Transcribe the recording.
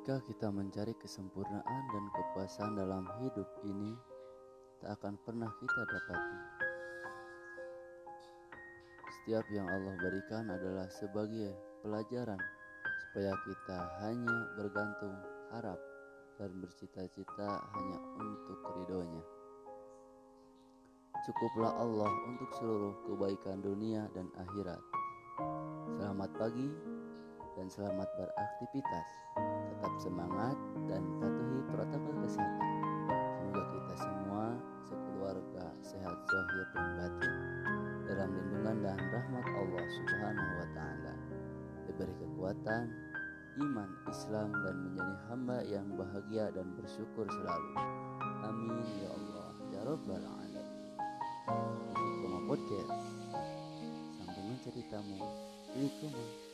Jika kita mencari kesempurnaan dan kepuasan dalam hidup ini, tak akan pernah kita dapati. Setiap yang Allah berikan adalah sebagai pelajaran supaya kita hanya bergantung harap dan bercita-cita hanya untuk ridhonya. Cukuplah Allah untuk seluruh kebaikan dunia dan akhirat. Selamat pagi dan selamat beraktivitas. Tetap semangat dan patuhi protokol kesehatan. Semoga kita semua sekeluarga sehat zahir dan batin dalam lindungan dan rahmat Allah Subhanahu wa taala. Diberi kekuatan, iman, Islam dan menjadi hamba yang bahagia dan bersyukur selalu. Amin ya Allah ya rabbal alamin. Istiqomah Podcast. Sambungan ceritamu. Istiqomah.